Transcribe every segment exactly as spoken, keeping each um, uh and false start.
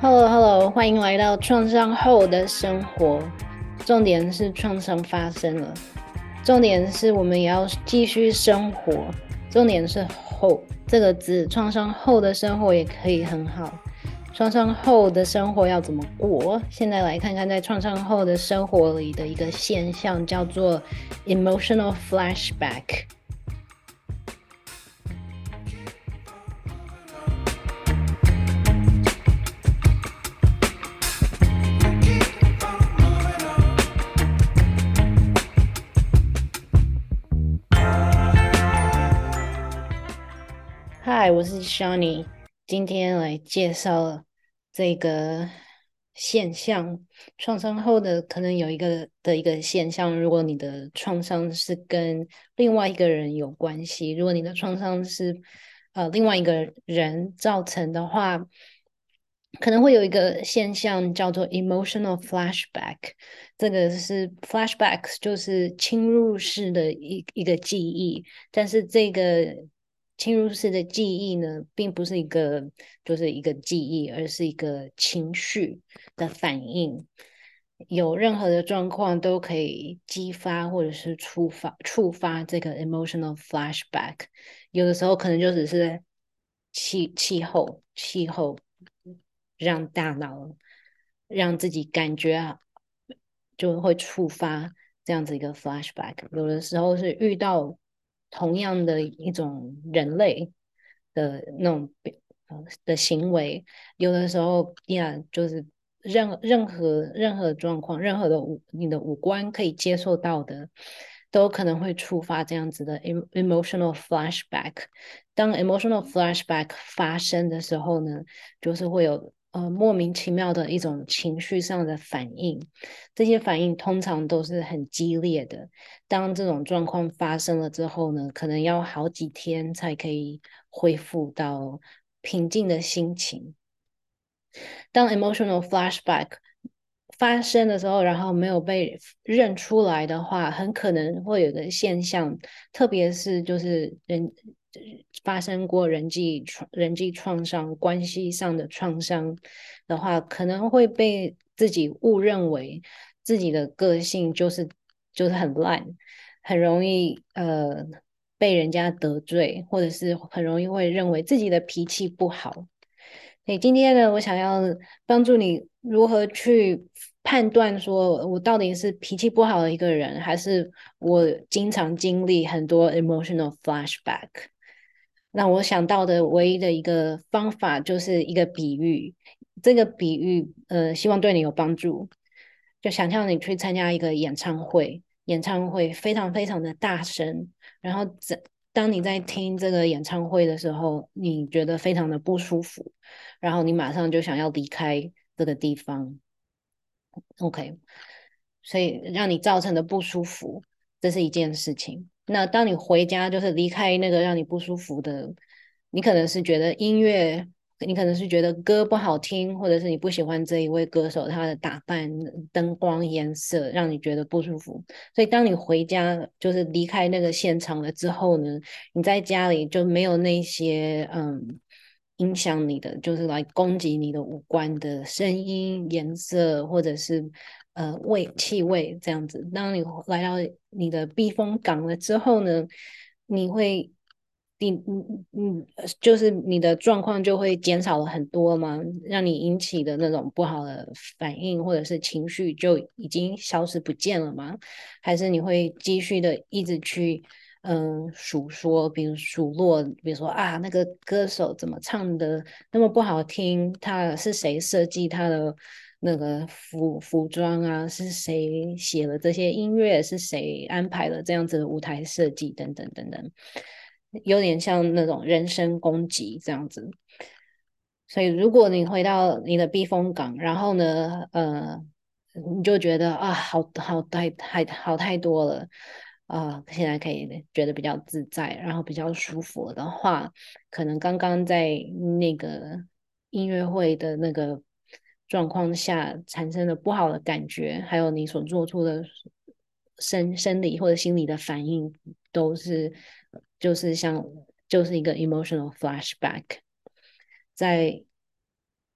Hello Hello，欢迎来到创伤后的生活。重点是创伤发生了，重点是我们也要继续生活。重点是后这个字，创伤后的生活也可以很好。创伤后的生活要怎么过？现在来看看在创伤后的生活里的一个现象，叫做 emotional flashback。嗨，我是 Shani，今天来介绍这个现象。创伤后的可能有一个的一个现象，如果你的创伤是跟另外一个人有关系，如果你的创伤是呃另外一个人造成的话，可能会有一个现象叫做 emotional flashback。这个是 flashbacks，就是侵入式的一一个记忆。但是这个侵入式的记忆呢，并不是一个就是一个记忆，而是一个情绪的反应。有任何的状况都可以激发或者是触发触发这个 emotional flashback。有的时候可能就只是气气候气候让大脑让自己感觉啊，就会触发这样子一个 flashback。有的时候是遇到同样的一种人类的那种呃的行为，有的时候呀，就是任任何任何状况，任何的五你的五官可以接受到的，都可能会触发这样子的 emotional flashback。当 emotional flashback 发生的时候呢，就是会有呃莫名其妙的一种情绪上的反应，这些反应通常都是很激烈的。当这种状况发生了之后呢，可能要好几天才可以恢复到平静的心情。当 emotional flashback 发生的时候，然后没有被认出来的话，很可能会有个现象，特别是就是人发生过人际创人际创伤、关系上的创伤的话，可能会被自己误认为自己的个性就是就是很烂，很容易呃被人家得罪，或者是很容易会认为自己的脾气不好。所以今天呢，我想要帮助你如何去判断，说我到底是脾气不好的一个人，还是我经常经历很多 emotional flashback。那我想到的唯一的一个方法就是一个比喻，这个比喻呃，希望对你有帮助。就想象你去参加一个演唱会，演唱会非常非常的大声，然后在当你在听这个演唱会的时候，你觉得非常的不舒服，然后你马上就想要离开这个地方。OK，所以让你造成的不舒服，这是一件事情。那当你回家，就是离开那个让你不舒服的，你可能是觉得音乐，你可能是觉得歌不好听，或者是你不喜欢这一位歌手他的打扮、灯光、颜色，让你觉得不舒服。所以当你回家，就是离开那个现场了之后呢，你在家里就没有那些嗯。影响你的，就是来攻击你的五官的声音、颜色，或者是呃味、气味这样子。当你来到你的避风港了之后呢，你会，你嗯嗯，就是你的状况就会减少了很多嘛，让你引起的那种不好的反应或者是情绪就已经消失不见了吗？还是你会继续的一直去？嗯，数说，比如数落，比如说啊，那个歌手怎么唱的那么不好听？他是谁设计他的那个服服装啊？是谁写了这些音乐？是谁安排了这样子的舞台设计？等等等等，有点像那种人身攻击这样子。所以，如果你回到你的避风港，然后呢，呃，你就觉得啊，好好太太好太多了，啊、现在可以觉得比较自在，然后比较舒服了的话，可能刚刚在那个音乐会的那个状况下产生的不好的感觉，还有你所做出的生生理或者心理的反应，都是就是像就是一个 emotional flashback。在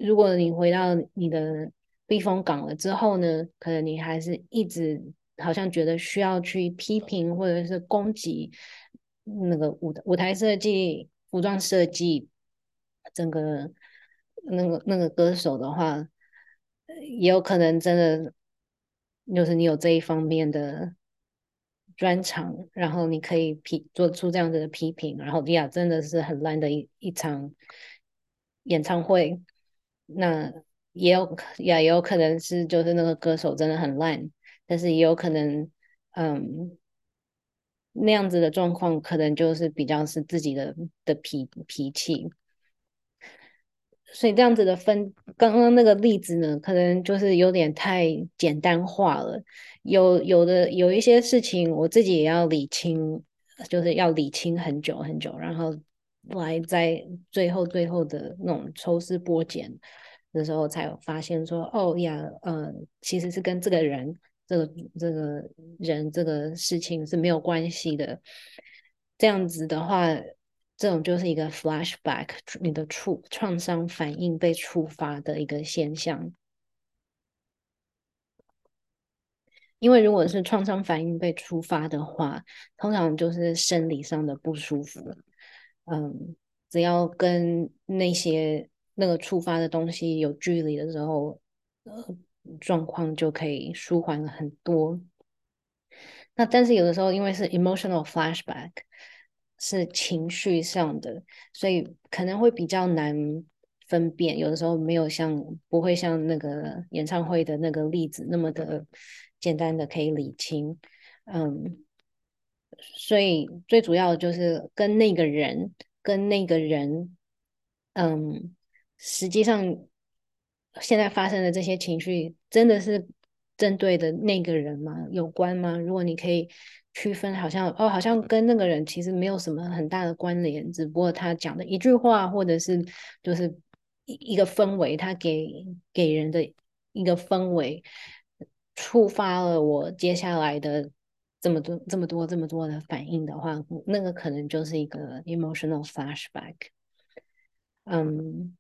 如果你回到你的避风港了之后呢，可能你还是一直好像觉得需要去批评或者是攻击那个舞舞台设计、服装设计，整个那个那个歌手的话，也有可能真的就是你有这一方面的专长，然后你可以批做出这样子的批评，然后呀，真的是很烂的一一场演唱会。那也有也也有可能是就是那个歌手真的很烂，但是也有可能，嗯，那样子的状况可能就是比较是自己的的脾脾气。所以这样子的分，刚刚那个例子呢，可能就是有点太简单化了。有有的有一些事情，我自己也要理清，就是要理清很久很久，然后来在最后最后的那种抽丝剥茧的时候，才有发现说，哦呀，呃，其实是跟这个人、这个这个人、这个事情是没有关系的。这样子的话，这种就是一个 flashback，你的触创伤反应被触发的一个现象。因为如果是创伤反应被触发的话，通常就是生理上的不舒服。嗯，只要跟那些那个触发的东西有距离的时候，呃，状况就可以舒缓了很多。那但是有的时候因为是 emotional flashback，是情绪上的，所以可能会比较难分辨。有的时候没有像不会像那个演唱会的那个例子那么的简单的可以理清。嗯，所以最主要的就是跟那个人，跟那个人，嗯，实际上现在发生的这些情绪，真的是针对的那个人吗？有关吗？如果你可以区分，好像哦，好像跟那个人其实没有什么很大的关联，只不过他讲的一句话，或者是就是一一个氛围，他给给人的一个氛围，触发了我接下来的这么多、这么多、这么多的反应的话，那个可能就是一个 emotional flashback。嗯，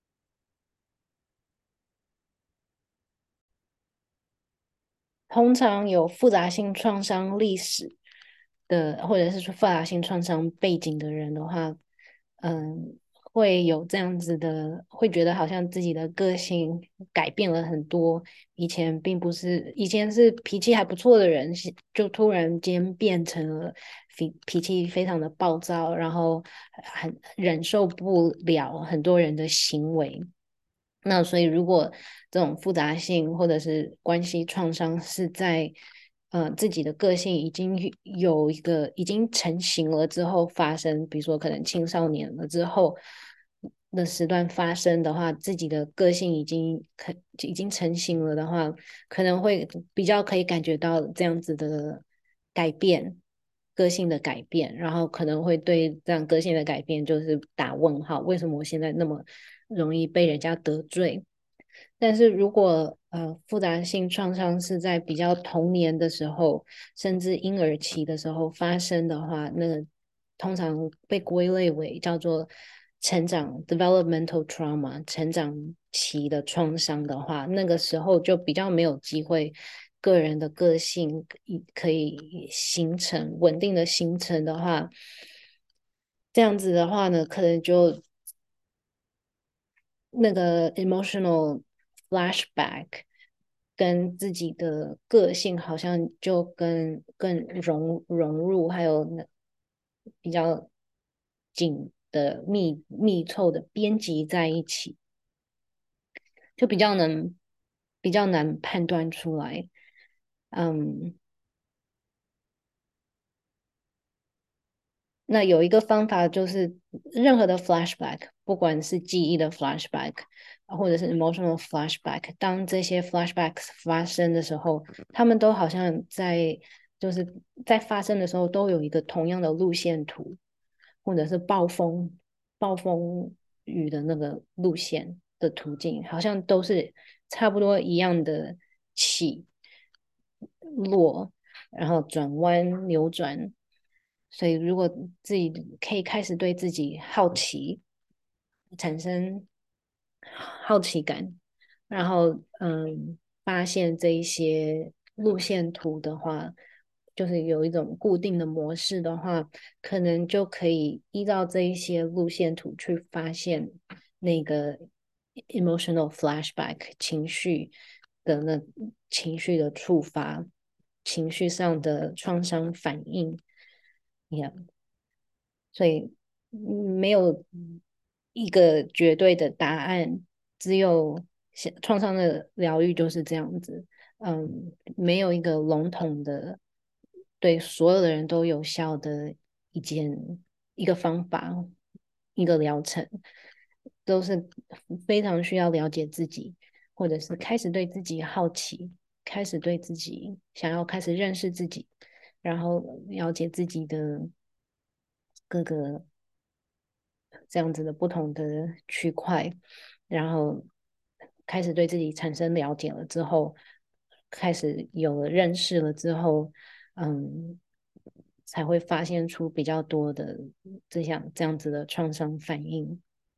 通常有复杂性创伤历史的，或者是说复杂性创伤背景的人的话，嗯，会有这样子的，会觉得好像自己的个性改变了很多。以前并不是，以前是脾气还不错的人，就突然间变成了脾脾气非常的暴躁，然后很忍受不了很多人的行为。那所以，如果这种复杂性或者是关系创伤是在呃自己的个性已经有一个已经成型了之后发生，比如说可能青少年了之后的时段发生的话，自己的个性已经可已经成型了的话，可能会比较可以感觉到这样子的改变。个性的改变，然后可能会对这样个性的改变就是打问号，为什么我现在那么容易被人家得罪？但是如果呃复杂性创伤是在比较童年的时候，甚至婴儿期的时候发生的话，那个通常被归类为叫做成长 developmental trauma 成长期的创伤的话，那个时候就比较没有机会。个人的个性可以形成稳定的形成的话，这样子的话呢，可能就那个 emotional flashback 跟自己的个性好像就跟更融融入，还有那比较紧的密密凑的编辑在一起，就比较能比较难判断出来。嗯，那有一个方法就是，任何的 flashback，不管是记忆的 flashback，或者是 emotional flashback，当这些 flashbacks 发生的时候，他们都好像在就是在发生的时候都有一个同样的路线图，或者是暴风暴风雨的那个路线的途径，好像都是差不多一样的起落，然后转弯扭转。所以，如果自己可以开始对自己好奇，产生好奇感，然后嗯，发现这一些路线图的话，就是有一种固定的模式的话，可能就可以依照这一些路线图去发现那个 emotional flashback 情绪的那情绪的触发，情绪上的创伤反应。Yeah，所以嗯没有一个绝对的答案，只有创伤的疗愈就是这样子。嗯，没有一个笼统的对所有的人都有效的一件一个方法，一个疗程，都是非常需要了解自己，或者是开始对自己好奇，开始对自己想要开始认识自己，然后了解自己的各个这样子的不同的区块，然后开始对自己产生了解了之后，开始有了认识了之后，嗯，才会发现出比较多的这样这样子的创伤反应。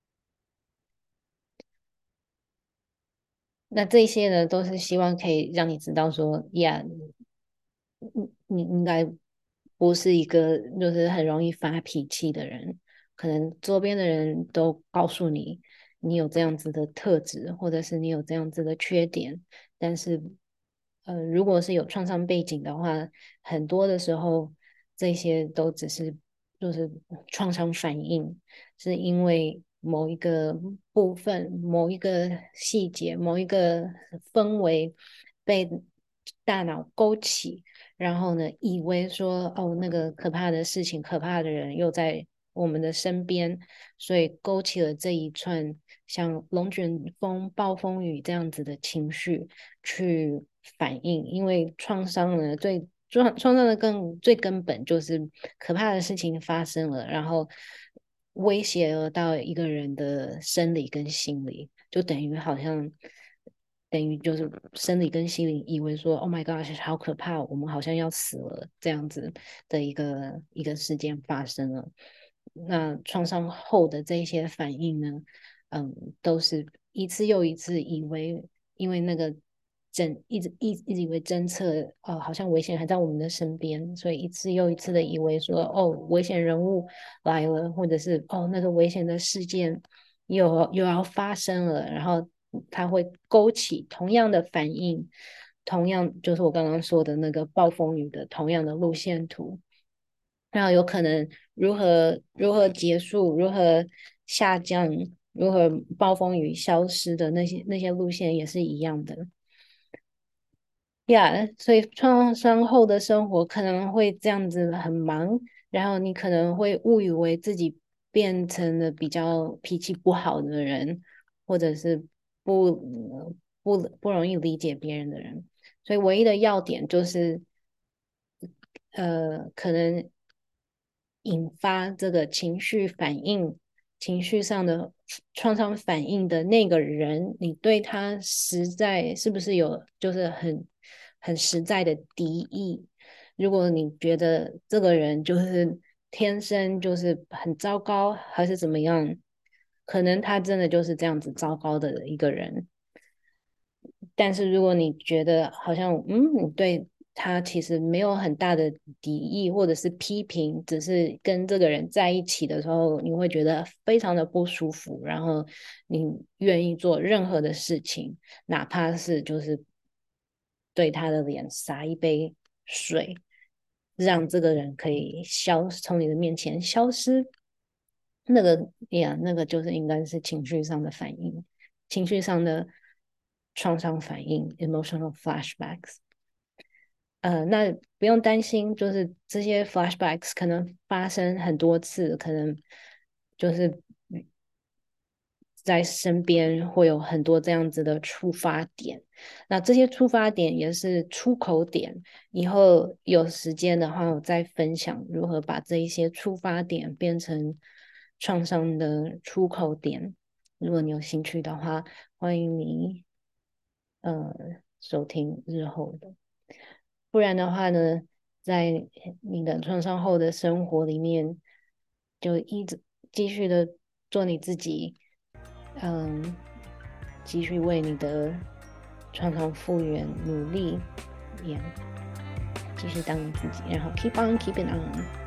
那这些呢，都是希望可以让你知道说，呀，你你应该不是一个就是很容易发脾气的人，可能周边的人都告诉你，你有这样子的特质，或者是你有这样子的缺点，但是，呃，如果是有创伤背景的话，很多的时候这些都只是就是创伤反应，是因为某一个部分、某一个细节、某一个氛围被大脑勾起。然后呢，以为说哦，那个可怕的事情、可怕的人又在我们的身边，所以勾起了这一串像龙卷风、暴风雨这样子的情绪去反应。因为创伤呢，最创创伤的更最根本就是可怕的事情发生了，然后威胁了到一个人的生理跟心理，就等于好像。等于就是生理跟心理以为说，Oh my God，好可怕，我们好像要死了这样子的一个一个事件发生了。那创伤后的这些反应呢，嗯，都是一次又一次以为，因为那个侦一直一一直以为侦测，哦，好像危险还在我们的身边，所以一次又一次的以为说，哦，危险人物来了，或者是哦，那个危险的事件又又要发生了，然后它会勾起同样的反应，同样就是我刚刚说的那个暴风雨的同样的路线图，然后有可能如何如何结束，如何下降，如何暴风雨消失的那些那些路线也是一样的。呀，所以创伤后的生活可能会这样子很忙，然后你可能会误以为自己变成了比较脾气不好的人，或者是不呃不不容易理解别人的人。所以唯一的要点就是，呃，可能引发这个情绪反应、情绪上的创伤反应的那个人，你对他实在是不是有就是很很实在的敌意？如果你觉得这个人就是天生就是很糟糕，还是怎么样，可能他真的就是这样子糟糕的一个人。但是如果你觉得好像嗯，你对他其实没有很大的敌意或者是批评，只是跟这个人在一起的时候，你会觉得非常的不舒服，然后你愿意做任何的事情，哪怕是就是对他的脸洒一杯水，让这个人可以消从你的面前消失。那个呀，那个就是应该是情绪上的反应，情绪上的创伤反应 （emotional flashbacks）。呃，那不用担心，就是这些 flashbacks 可能发生很多次，可能就是在身边会有很多这样子的触发点。那这些触发点也是出口点。以后有时间的话，我再分享如何把这一些触发点变成创伤的出口点。如果你有兴趣的话，欢迎你呃收听日后的。不然的话呢，在你的创伤后的生活里面，就一直继续的做你自己，嗯， 继续为你的创伤复原努力，也继续当你自己，然后 keep on keeping on。